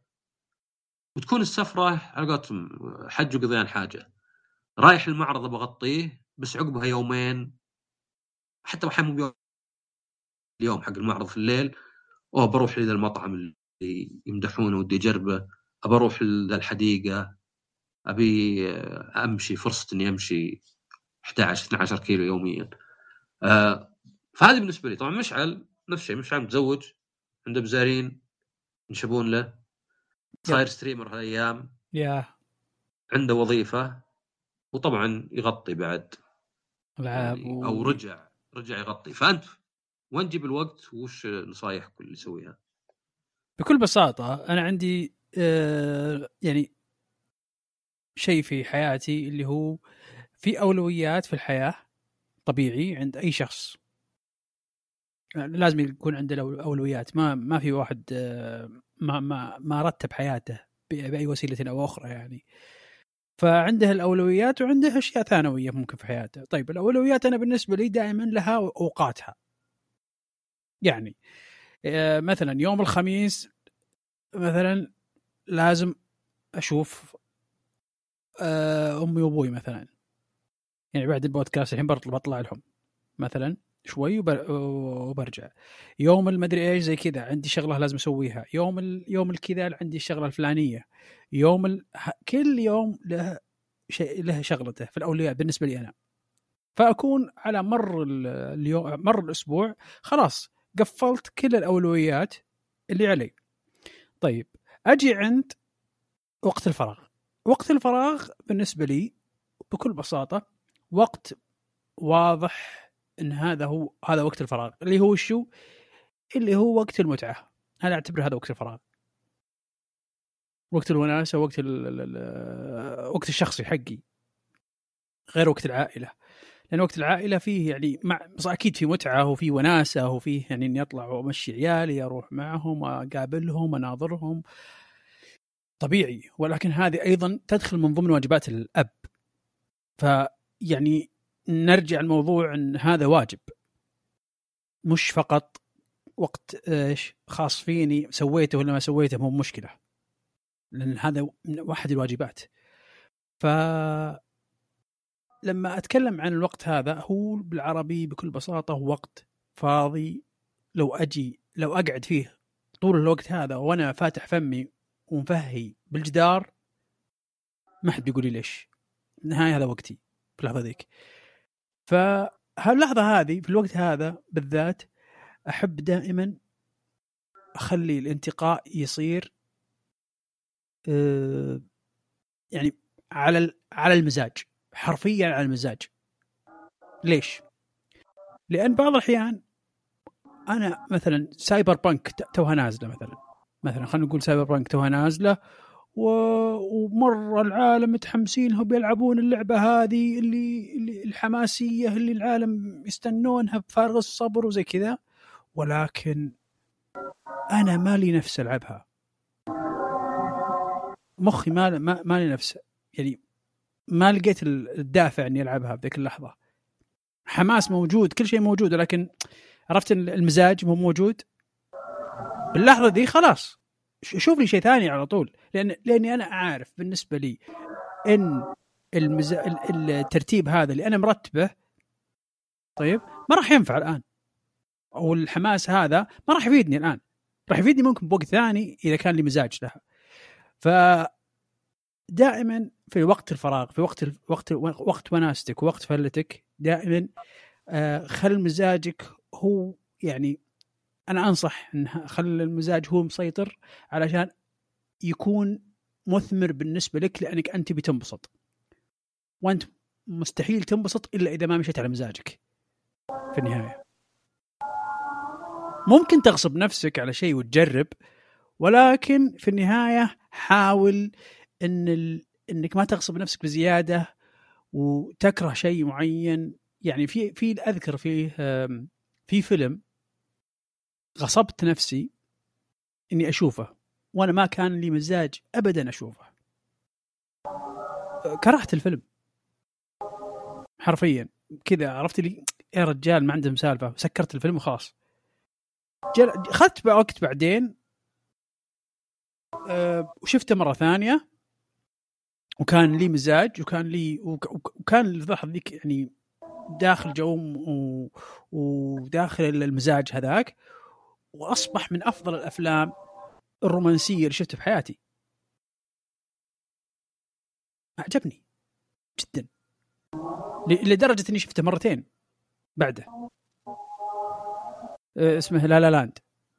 وتكون السفره على قولتهم حج وقضيان حاجه. رايح المعرض بغطيه بس عقبها يومين حتى أحيانا اليوم حق المعرض في الليل بروح لذا المطعم اللي يمدحونه ودي أجربه، أبى أروح للحديقة، أبي أمشي، فرصة إني أمشي 11-12 كيلو يوميا. فهذه بالنسبة لي. طبعا مشعل نفس الشيء، مشعل متزوج، عنده بزارين ينشبون له، صاير ستريمر هالأيام، عنده وظيفة، وطبعا يغطي بعد العاب يعني أو رجع يغطي. فأنت وين تجيب الوقت؟ وش نصايحك اللي يسويها؟ بكل بساطة أنا عندي يعني شيء في حياتي اللي هو في أولويات في الحياة طبيعي عند أي شخص، لازم يكون عنده أولويات. ما في واحد ما رتب حياته بأي وسيلة أو أخرى يعني. فعنده الأولويات وعنده أشياء ثانوية ممكن في حياته. طيب الأولويات أنا بالنسبة لي دائما لها أوقاتها. يعني مثلا يوم الخميس مثلا لازم أشوف أمي وأبوي مثلا، يعني بعد البودكاست الحين بطلع لهم مثلا شوي وبرجع. يوم المدري ايش زي كذا عندي شغله لازم اسويها، يوم الكذا عندي الشغله الفلانيه، كل يوم له شيء، له شغلته في الاولويات بالنسبه لي انا. فاكون على مر اليوم، مر الاسبوع، خلاص قفلت كل الاولويات اللي علي. طيب اجي عند وقت الفراغ. وقت الفراغ بالنسبه لي بكل بساطه وقت واضح ان هذا وقت الفراغ، اللي هو شو؟ اللي هو وقت المتعه. انا اعتبر هذا وقت الفراغ، وقت الوناسه، وقت الشخصي حقي، غير وقت العائله. لان وقت العائله فيه يعني اكيد في متعه وفي وناسه وفيه يعني اني اطلع وامشي عيالي، اروح معهم، اقابلهم، اناظرهم، طبيعي. ولكن هذه ايضا تدخل من ضمن واجبات الاب. فيعني نرجع الموضوع ان هذا واجب، مش فقط وقت خاص فيني سويته ولا ما سويته مو مشكلة، لأن هذا واحد الواجبات. فلما أتكلم عن الوقت هذا، هو بالعربي بكل بساطة هو وقت فاضي. لو أقعد فيه طول الوقت هذا وأنا فاتح فمي ومفهي بالجدار، ما حد بيقول لي ليش. النهاية هذا وقتي في اللحظة ذيك. فهاللحظة هذه في الوقت هذا بالذات أحب دائما أخلي الانتقاء يصير يعني على المزاج، حرفيا على المزاج. ليش؟ لأن بعض الأحيان أنا مثلا سايبر بانك توها نازلة، مثلا خلينا نقول سايبر بانك توها نازلة ومرة العالم متحمسين هم بيلعبون اللعبة هذه اللي الحماسية اللي العالم يستنونها بفارغ الصبر وزي كذا، ولكن أنا ما لي نفس ألعبها. مخي ما لي نفس، يعني ما لقيت الدافع اني العبها بذيك اللحظه. حماس موجود، كل شيء موجود، لكن عرفت المزاج مو موجود باللحظه دي. خلاص شوف لي شيء ثاني على طول، لاني انا عارف بالنسبه لي ان الترتيب هذا اللي انا مرتبه طيب ما راح ينفع الان، او الحماس هذا ما راح يفيدني الان، راح يفيدني ممكن بوقت ثاني اذا كان لي مزاج لها. دائما في وقت الفراغ، في وقت وناستك ووقت فلتك، دائما خل مزاجك هو، يعني أنا أنصح أن خل المزاج هو مسيطر علشان يكون مثمر بالنسبة لك، لأنك أنت بتنبسط، وأنت مستحيل تنبسط إلا إذا ما مشيت على مزاجك. في النهاية ممكن تغصب نفسك على شيء وتجرب، ولكن في النهاية حاول إنك ما تغصب نفسك بزيادة وتكره شيء معين. يعني في أذكر في فيلم غصبت نفسي إني أشوفه وأنا ما كان لي مزاج أبدا أشوفه، كرهت الفيلم حرفيا كذا. عرفت لي يا رجال ما عندهم سالفة، سكرت الفيلم وخلاص. أخذت وقت بعدين وشفته مرة ثانية وكان لي مزاج، وكان اللحظة ذيك يعني داخل جو وداخل المزاج هذاك، وأصبح من أفضل الأفلام الرومانسية اللي شفتها في حياتي. أعجبني جدا لدرجة أني شفته مرتين بعده. اسمه لا لا لاند.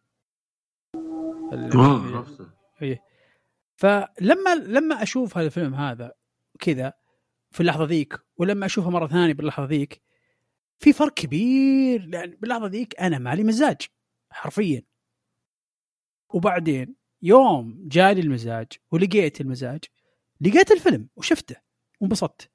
فلما أشوف هذا الفيلم هذا كذا في اللحظة ذيك، ولما أشوفه مرة ثانية باللحظة ذيك، في فرق كبير. لأن باللحظة ذيك أنا مالي مزاج حرفيا، وبعدين يوم جالي المزاج ولقيت المزاج، لقيت الفيلم وشفته وانبسطت.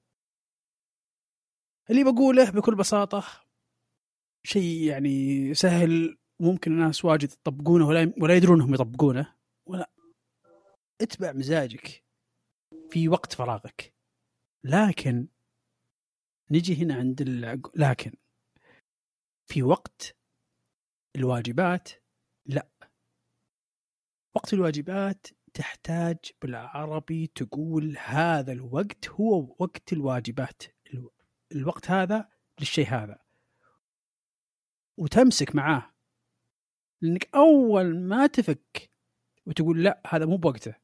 اللي بقوله بكل بساطة شيء يعني سهل، ممكن الناس واجد يطبقونه ولا يدرون انهم يطبقونه. ولا اتبع مزاجك في وقت فراغك، لكن نجي هنا عند لكن في وقت الواجبات لا. وقت الواجبات تحتاج بالعربي تقول هذا الوقت هو وقت الواجبات، الوقت هذا للشيء هذا، وتمسك معاه. لأنك أول ما تفك وتقول لا هذا مو بوقته،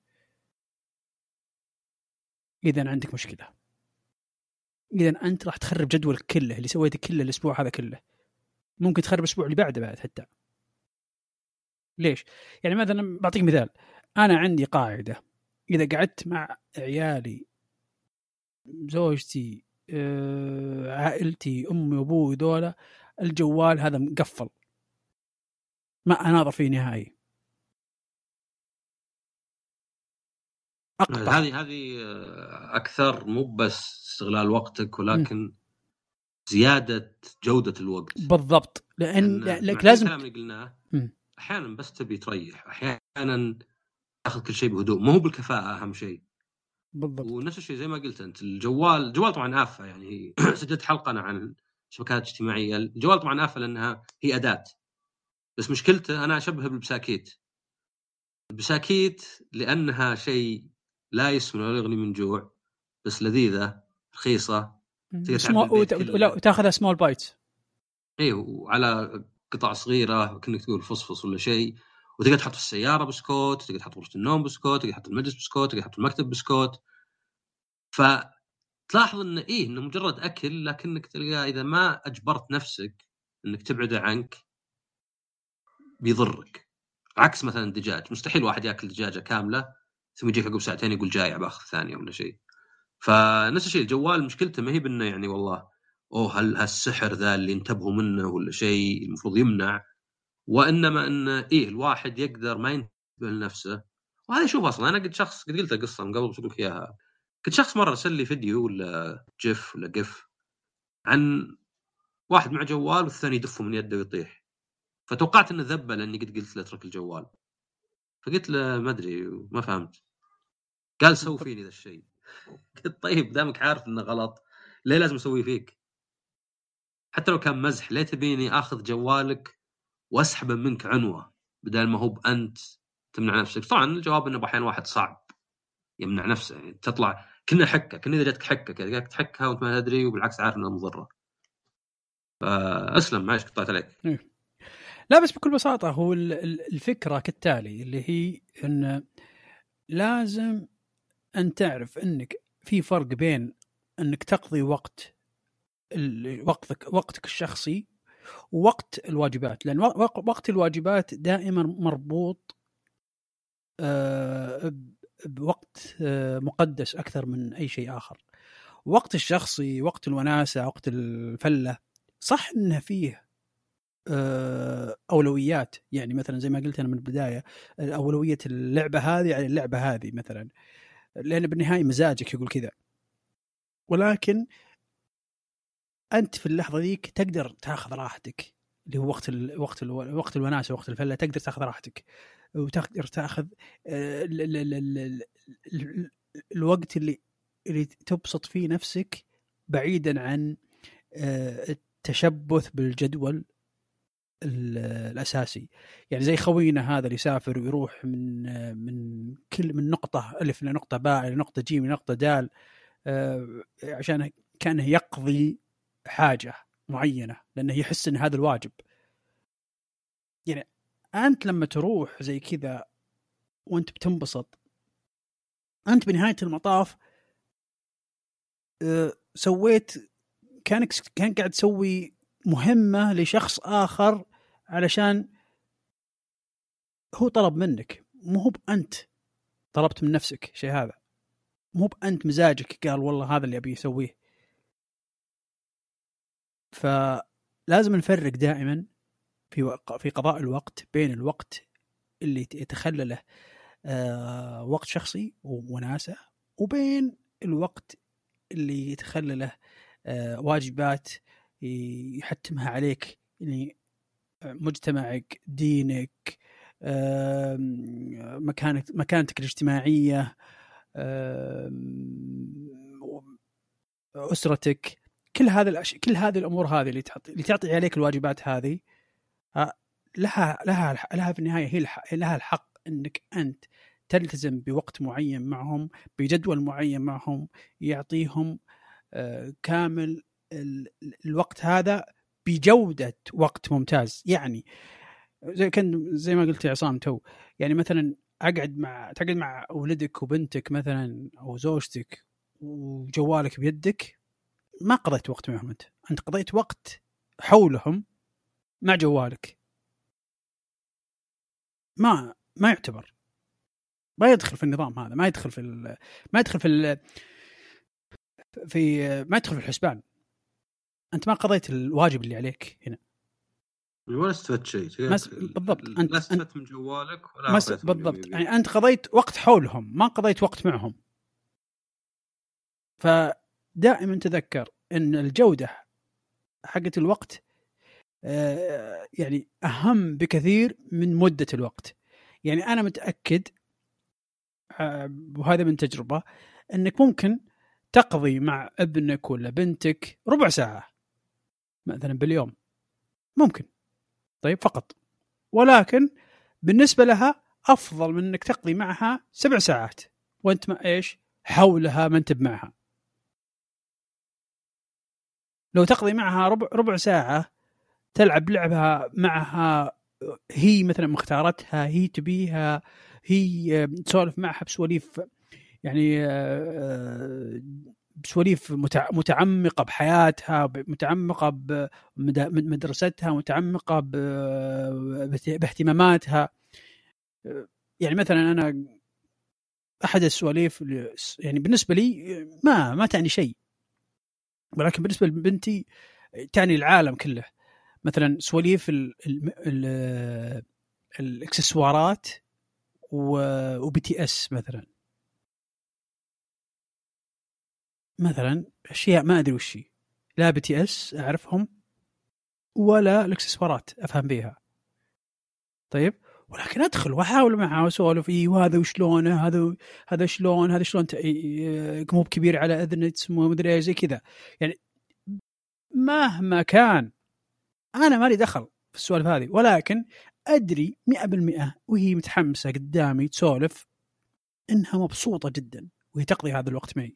إذن عندك مشكلة. إذن أنت راح تخرب جدولك كله اللي سويته كله الأسبوع هذا كله، ممكن تخرب الأسبوع اللي بعده بعد حتى. ليش؟ يعني مثلا بعطيك مثال، أنا عندي قاعدة: إذا قعدت مع عيالي، زوجتي، عائلتي، أمي وأبوي، دولة، الجوال هذا مقفل، ما أناظر فيه نهائي. هذه أكثر مو بس استغلال وقتك، ولكن زيادة جودة الوقت. بالضبط. لأن لازم الكلام اللي قلناه أحيانا بس تبي تريح، أحيانا تأخذ كل شيء بهدوء، ما هو بالكفاءة أهم شيء. بالضبط. ونفس الشيء زي ما قلت أنت، الجوال طبعا آفة. يعني سجلت حلقة أنا عن الشبكات الاجتماعية. الجوال طبعا آفة لأنها هي أداة، بس مشكلته أنا أشبهها بالبساكيت. البساكيت لأنها شيء لا يسمن ولا يغني من جوع، بس لذيذة رخيصة، وتاخذها سمول بايتس. ايه، وعلى قطع صغيرة كأنك تقول فصفص ولا شيء، وتقدر تحط في السيارة بسكوت، تقدر تحط في النوم بسكوت، تقدر تحط المجلس بسكوت، تقدر تحط المكتب بسكوت. فتلاحظ إنه مجرد أكل، لكنك تلقى إذا ما أجبرت نفسك إنك تبعده عنك بيضرك. عكس مثلا الدجاج، مستحيل واحد يأكل دجاجة كاملة ثم يجيك عقب ساعتين يقول جايع باخذ ثانية ولا شيء. فنفس الشيء الجوال مشكلته ما هي بأنه يعني والله هل هالسحر ذا اللي انتبهوا منه ولا شيء المفروض يمنع، وإنما إنه الواحد يقدر ما ينتبه لنفسه. وهذا شوف أصلا أنا قد قلت قصة من قبل بقول لك إياها. كنت شخص مرة أرسل لي فيديو ولا جيف ولا قف عن واحد مع جوال والثاني يدفه من يده ويطيح، فتوقعت إنه ذبه لأني قد قلت له اترك الجوال. فقلت له ما أدري ما فهمت. قال سوي فيني ذا الشيء. قلت طيب دامك عارف إنه غلط ليه لازم أسويه فيك؟ حتى لو كان مزح، ليه تبيني أخذ جوالك وأسحبه منك عنوة بدل ما هو بأنت تمنع نفسك؟ طبعا الجواب إنه بحين واحد صعب يمنع نفسه، يعني تطلع كنا حكة، كنا إذا جاتك حكة كذا قاعد تحكها وأنت ما تدري، وبالعكس عارف إنها مضرة. فأسلم معيش قطعت عليك. لا بس بكل بساطة هو الفكرة كالتالي، اللي هي أن لازم أن تعرف أنك في فرق بين أنك تقضي وقتك الشخصي ووقت الواجبات. لأن وقت الواجبات دائما مربوط بوقت مقدس أكثر من أي شيء آخر. وقت الشخصي، وقت الوناسة، وقت الفلة، صح أنه فيه أولويات. يعني مثلا زي ما قلت أنا من البداية، أولوية اللعبة هذه على اللعبة هذه مثلا، لأن بالنهاية مزاجك يقول كذا. ولكن أنت في اللحظة ذيك تقدر تأخذ راحتك، اللي هو وقت الوناسة، وقت الفلة، تقدر تأخذ راحتك وتقدر تأخذ الوقت اللي تبسط فيه نفسك بعيدا عن التشبث بالجدول الأساسي. يعني زي خوينا هذا اللي يسافر ويروح من نقطة ألف إلى نقطة باء إلى نقطة جيم إلى نقطة دال، عشان كان يقضي حاجة معينة لأنه يحس أن هذا الواجب. يعني أنت لما تروح زي كذا وأنت بتنبسط، أنت بنهاية المطاف سويت كان قاعد تسوي مهمة لشخص آخر علشان هو طلب منك، مو هو أنت طلبت من نفسك شيء. هذا مو بأنت مزاجك قال والله هذا اللي أبي أسويه. فلازم نفرق دائما في قضاء الوقت بين الوقت اللي يتخلله وقت شخصي وناسة، وبين الوقت اللي يتخلله واجبات يحتمها عليك، يعني مجتمعك، دينك، مكانتك الاجتماعية، أسرتك، كل هذه الأمور هذه اللي تعطي عليك الواجبات هذه لها في النهاية هي لها الحق أنك أنت تلتزم بوقت معين معهم، بجدول معين معهم، يعطيهم كامل الوقت هذا بجودة وقت ممتاز. يعني زي ما قلت يا عصام تو، يعني مثلا تقعد مع ولدك وبنتك مثلا أو زوجتك وجوالك بيدك، ما قضيت وقت معهم، أنت قضيت وقت حولهم مع جوالك. ما يعتبر، ما يدخل في النظام هذا، ما يدخل في الحسبان. أنت ما قضيت الواجب اللي عليك هنا، ولا استفدت شيء. بالضبط. لا استفدت من جوالك ولا بالضبط. يعني أنت قضيت وقت حولهم، ما قضيت وقت معهم. فدائما تذكر أن الجودة حقت الوقت يعني أهم بكثير من مدة الوقت. يعني أنا متأكد وهذا من تجربة أنك ممكن تقضي مع ابنك ولا بنتك ربع ساعة مثلا باليوم، ممكن، طيب فقط، ولكن بالنسبة لها أفضل من أنك تقضي معها 7 ساعات وأنت ما إيش حولها، ما أنت معها. لو تقضي معها ربع ساعة تلعب لعبها معها، هي مثلا مختارتها، هي تبيها، هي تسولف معها بسواليف، يعني بسواليف متعمقة بحياتها، متعمقة بمدرستها، متعمقة باهتماماتها. يعني مثلا أنا أحد السواليف يعني بالنسبة لي ما تعني شيء، ولكن بالنسبة لبنتي تعني العالم كله. مثلا سواليف الاكسسوارات وبي تي اس مثلا اشياء ما ادري وش هي، لا بي تي اس اعرفهم ولا الاكسسوارات افهم بيها. طيب، ولكن ادخل واحاول معها واسولف وهذا وشلونه، هذا شلون مو كبير على اذن اسمه مدري ايش زي كذا. يعني مهما كان انا مالي دخل في السوالف هذه، ولكن ادري 100% وهي متحمسه قدامي تسولف انها مبسوطه جدا وهي تقضي هذا الوقت معي.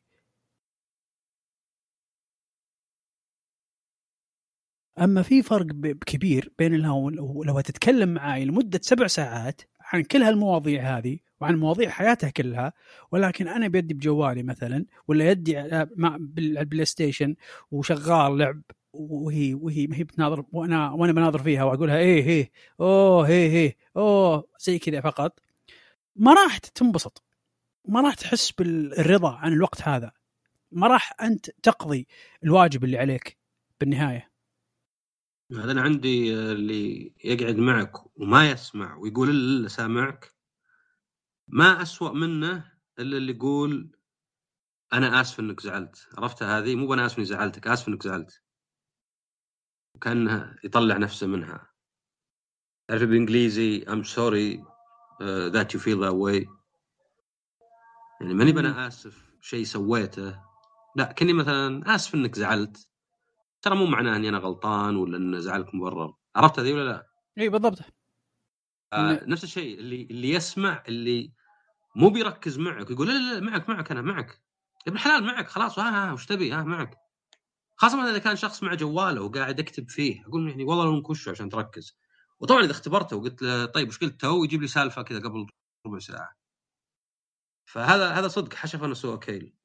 أما في فرق كبير بين لو تتكلم معي لمدة 7 ساعات عن كل هالمواضيع هذه وعن مواضيع حياتها كلها، ولكن أنا بيدي بجوالي مثلا ولا يدي بالبلاي ستيشن وشغال لعب، وهي ما هي بتناظر وأنا بناظر فيها وأقولها إيه أوه زي كذا فقط، ما راح تنبسط، ما راح تحس بالرضا عن الوقت هذا، ما راح أنت تقضي الواجب اللي عليك بالنهاية. هذا أنا عندي اللي يقعد معك وما يسمع ويقول اللي سامعك ما أسوأ منه إلا اللي يقول أنا آسف إنك زعلت. عرفت هذه؟ مو أنا آسف إني زعلتك، آسف إنك زعلت، وكأنه يطلع نفسه منها. تعرف بالإنجليزي I'm sorry that you feel that way. يعني ماني أنا آسف شيء سويته، لا كني مثلا آسف إنك زعلت، ترى مو معناه إني أنا غلطان ولا إن زعلك مبرر. عرفت هذه ولا لا؟ إيه بالضبط. نفس الشيء اللي يسمع، اللي مو بيركز معك يقول لا معك أنا معك ابن حلال معك خلاص، وش تبي معك. خاصة إذا كان شخص مع جواله وقاعد يكتب فيه، أقول يعني والله لو نكشه عشان تركز. وطبعا إذا اختبرته وقلت له طيب وش قلت تو، يجيب لي سالفة كذا قبل ربع ساعة. فهذا صدق حشفة نسوء كيل.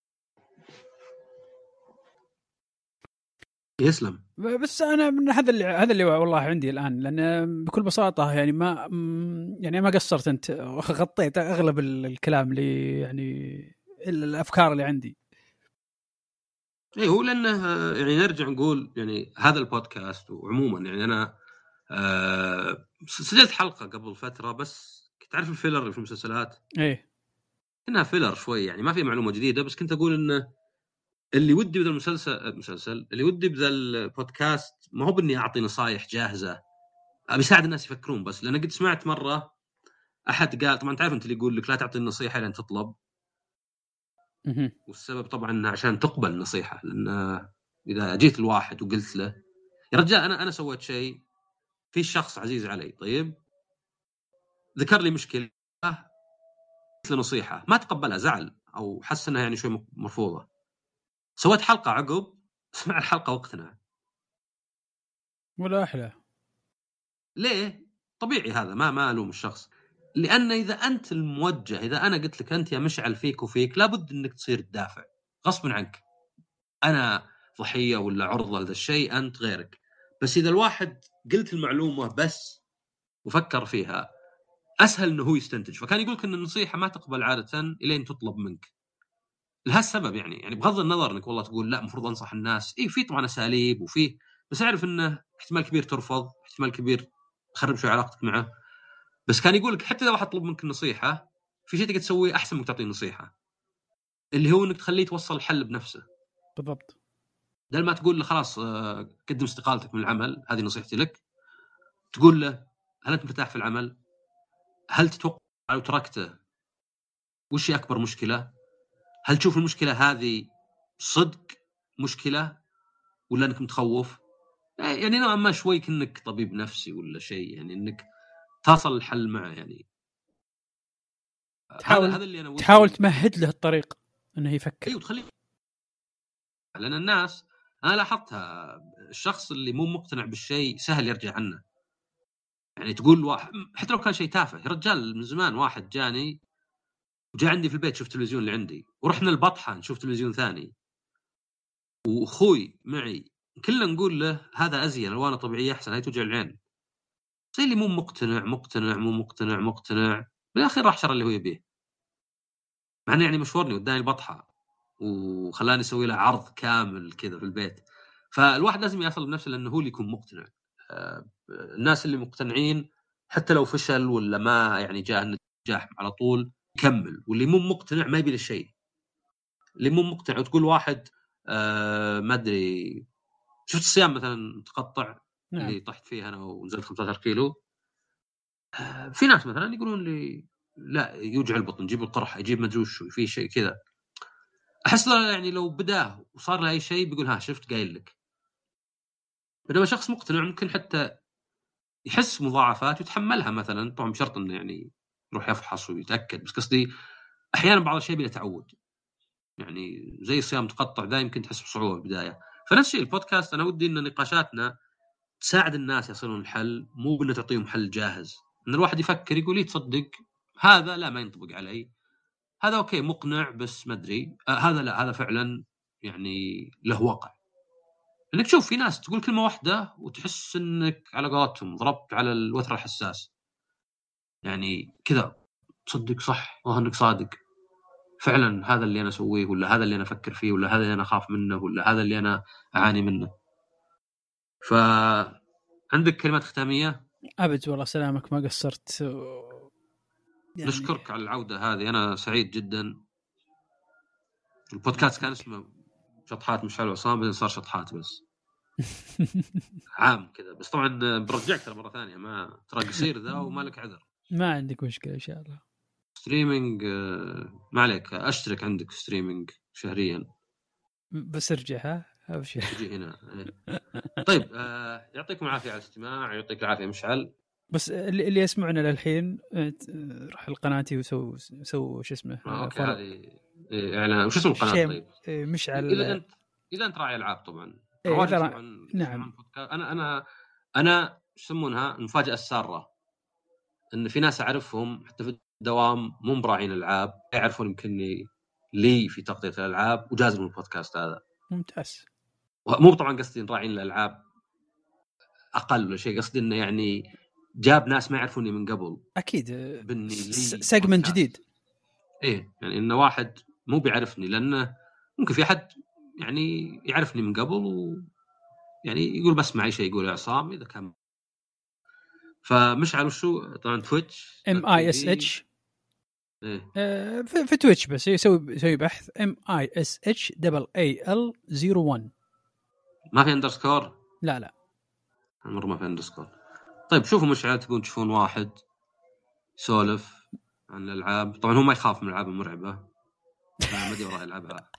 يسلم. بس انا من هذا اللي والله عندي الان، لان بكل بساطه يعني ما قصرت، انت غطيت اغلب الكلام اللي يعني الافكار اللي عندي. هو لانه يعني نرجع نقول يعني هذا البودكاست وعموما يعني انا سجلت حلقه قبل فتره، بس كنت عارف الفيلر اللي في المسلسلات ايه انها فيلر شوي، يعني ما في معلومه جديده، بس كنت اقول انه اللي ودي بذا المسلسل اللي ودي بذا البودكاست ما هو باني اعطي نصايح جاهزه، ابي اساعد الناس يفكرون بس. لان قد سمعت مره احد قال، طبعا تعرف انت اللي يقول لك لا تعطي النصيحه لين تطلب، والسبب طبعا عشان تقبل النصيحه. لان اذا جيت الواحد وقلت له يا رجال انا سويت شيء في شخص عزيز علي، طيب ذكر لي مشكله، قلت له نصيحه ما تقبلها، زعل او حس انها يعني شوي مرفوضه، سويت حلقه عقب اسمع الحلقه واقتنع. ولا احلى. ليه؟ طبيعي هذا، ما الوم الشخص، لان اذا انت الموجه، اذا انا قلت لك انت يا مشعل فيك وفيك، لابد انك تصير تدافع غصبا عنك. انا ضحيه ولا عرضه لهذا الشيء، انت غيرك. بس اذا الواحد قلت المعلومه بس وفكر فيها، اسهل انه هو يستنتج. فكان يقولك ان النصيحه ما تقبل عاده الين تطلب منك لهالسبب. يعني بغض النظر انك والله تقول لا المفروض انصح الناس، في طبعا اساليب وفيه، بس اعرف انه احتمال كبير ترفض، احتمال كبير تخرب شوي علاقتك معه. بس كان يقولك حتى اذا واحد طلب منك النصيحه، في شيء تقدر تسويه احسن من تعطيه نصيحه، اللي هو انك تخليه يتوصل الحل بنفسه. بالضبط. بدل ما تقول له خلاص قدم استقالتك من العمل، هذه نصيحتي لك، تقول له هل انت مرتاح في العمل؟ هل تتوقع لو تركته وش اكبر مشكله؟ هل تشوف المشكله هذه صدق مشكله ولا انك متخوف؟ يعني نوعا ما شوي كأنك طبيب نفسي ولا شيء، يعني انك تصل الحل معه. يعني هذا اللي انا ودي تحاول تمهد له الطريق انه يفكر. ايوه تخليه. لان الناس انا لاحظتها، الشخص اللي مو مقتنع بالشيء سهل يرجع عنه. يعني تقول واحد حتى لو كان شيء تافه، يا رجال من زمان واحد جاني وجاء عندي في البيت شوف التلفزيون اللي عندي، ورحنا البطحة نشوف تلفزيون ثاني، واخوي معي كلنا نقول له هذا ازين، الوانه طبيعيه احسن، هاي توجع العين. زي اللي مو مقتنع بالاخير راح شرى اللي هو يبيه، مع انه يعني مشورني وداني البطحة وخلاني اسوي له عرض كامل كذا في البيت. فالواحد لازم يصل بنفسه لانه هو اللي يكون مقتنع. الناس اللي مقتنعين حتى لو فشل ولا ما يعني جاء النجاح على طول يكمل، واللي مو مقتنع ما يبي له شيء. اللي مو مقتنع وتقول واحد ما ادري، شفت الصيام مثلا تقطع، نعم. اللي طحت فيه انا ونزلت 15 كيلو، في ناس مثلا يقولون لي لا يوجع البطن، يجيب القرحه، يجيب مدري وش، في شيء كذا. احس له يعني لو بداه وصار له اي شيء بيقول ها شفت قايل لك. بينما شخص مقتنع ممكن حتى يحس مضاعفات ويتحملها، مثلا طبعا بشرط انه يعني يروح يفحص ويتاكد. بس قصدي احيانا بعض الشيء بلا تعود، يعني زي الصيام تقطع ذا يمكن تحس بصعوبه في البدايه. فنفس الشيء البودكاست، انا ودي ان نقاشاتنا تساعد الناس يصلون الحل، مو بأنه تعطيهم حل جاهز. ان الواحد يفكر يقول لي تصدق هذا لا ما ينطبق علي، هذا اوكي مقنع بس ما ادري هذا لا هذا فعلا يعني له وقع. انك تشوف في ناس تقول كلمه واحده وتحس انك على قولتهم ضربت على الوتر الحساس، يعني كذا تصدق صح وانك صادق فعلا، هذا اللي انا اسويه، ولا هذا اللي انا افكر فيه، ولا هذا اللي انا اخاف منه، ولا هذا اللي انا اعاني منه. فعندك كلمات ختاميه؟ ابد والله سلامك، ما قصرت يعني نشكرك على العوده هذه، انا سعيد جدا. البودكاست كان اسمه شطحات مشعل وعصام، بعدين صار شطحات بس عام كذا. بس طبعا برجعك ترى مره ثانيه، ما ترى قصير ذا وما لك عذر. ما عندك مشكله ان شاء الله. ستريمينج ما عليك، اشترك عندك ستريمينج شهريا بس ارجع ها ابشر تجي هنا. طيب يعطيكم العافيه على الاستماع، يعطيك العافيه مشعل. بس اللي يسمعنا للحين روح لقناتي وسو شو اسمه اوكي هذه اعلان. وش اسم القناه طيب؟ مشعل. اذا انت اذا انت راعي العاب طبعا. نعم. انا يسمونها المفاجاه الساره، ان في ناس اعرفهم حتى في الدوام مو براعين الالعاب، يعرفون يمكنني لي في تغطيه الالعاب وجاز من البودكاست هذا. ممتاز. مو طبعا قصدي راعين الالعاب اقل ولا شيء، قصدي انه يعني جاب ناس ما يعرفوني من قبل. اكيد بني سيجمنت جديد. ايه يعني انه واحد مو بيعرفني، لانه ممكن في حد يعني يعرفني من قبل يعني يقول بسمع اي شيء يقول عصام اذا كان. فمشعل وشو طبعا تويتش MISH إيه؟ في تويتش بس يسوي بحث MISHAAL01. ما في اندرسكور؟ لا عمر ما في اندرسكور. طيب شوفوا مشعل، تبون تشوفون واحد سولف عن الالعاب. طبعا هو ما يخاف من الالعاب المرعبه، ما ادري والله يلعبها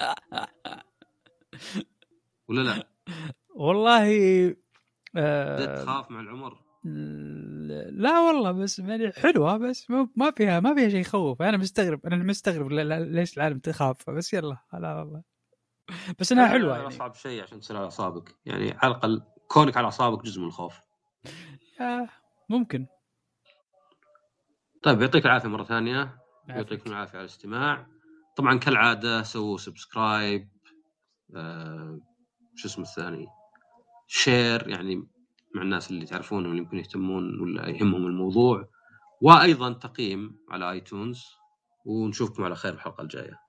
ولا لا. والله تخاف مع العمر؟ لا والله، بس يعني حلوه، بس ما فيها شيء يخوف. انا مستغرب ليش العالم تخاف، بس يلا لا والله، بس انها حلوه يعني. اصعب شيء عشان تصير على اعصابك، يعني على الاقل كونك على اعصابك جزء من الخوف. ممكن. طيب يعطيك العافيه مره ثانيه، يعطيكم العافيه على الاستماع. طبعا كالعاده سووا سبسكرايب، شو اسمه الثاني، شير يعني مع الناس اللي تعرفونهم اللي يمكن يهتمون ولا يهمهم الموضوع، وايضا تقييم على ايتونز. ونشوفكم على خير الحلقه الجايه.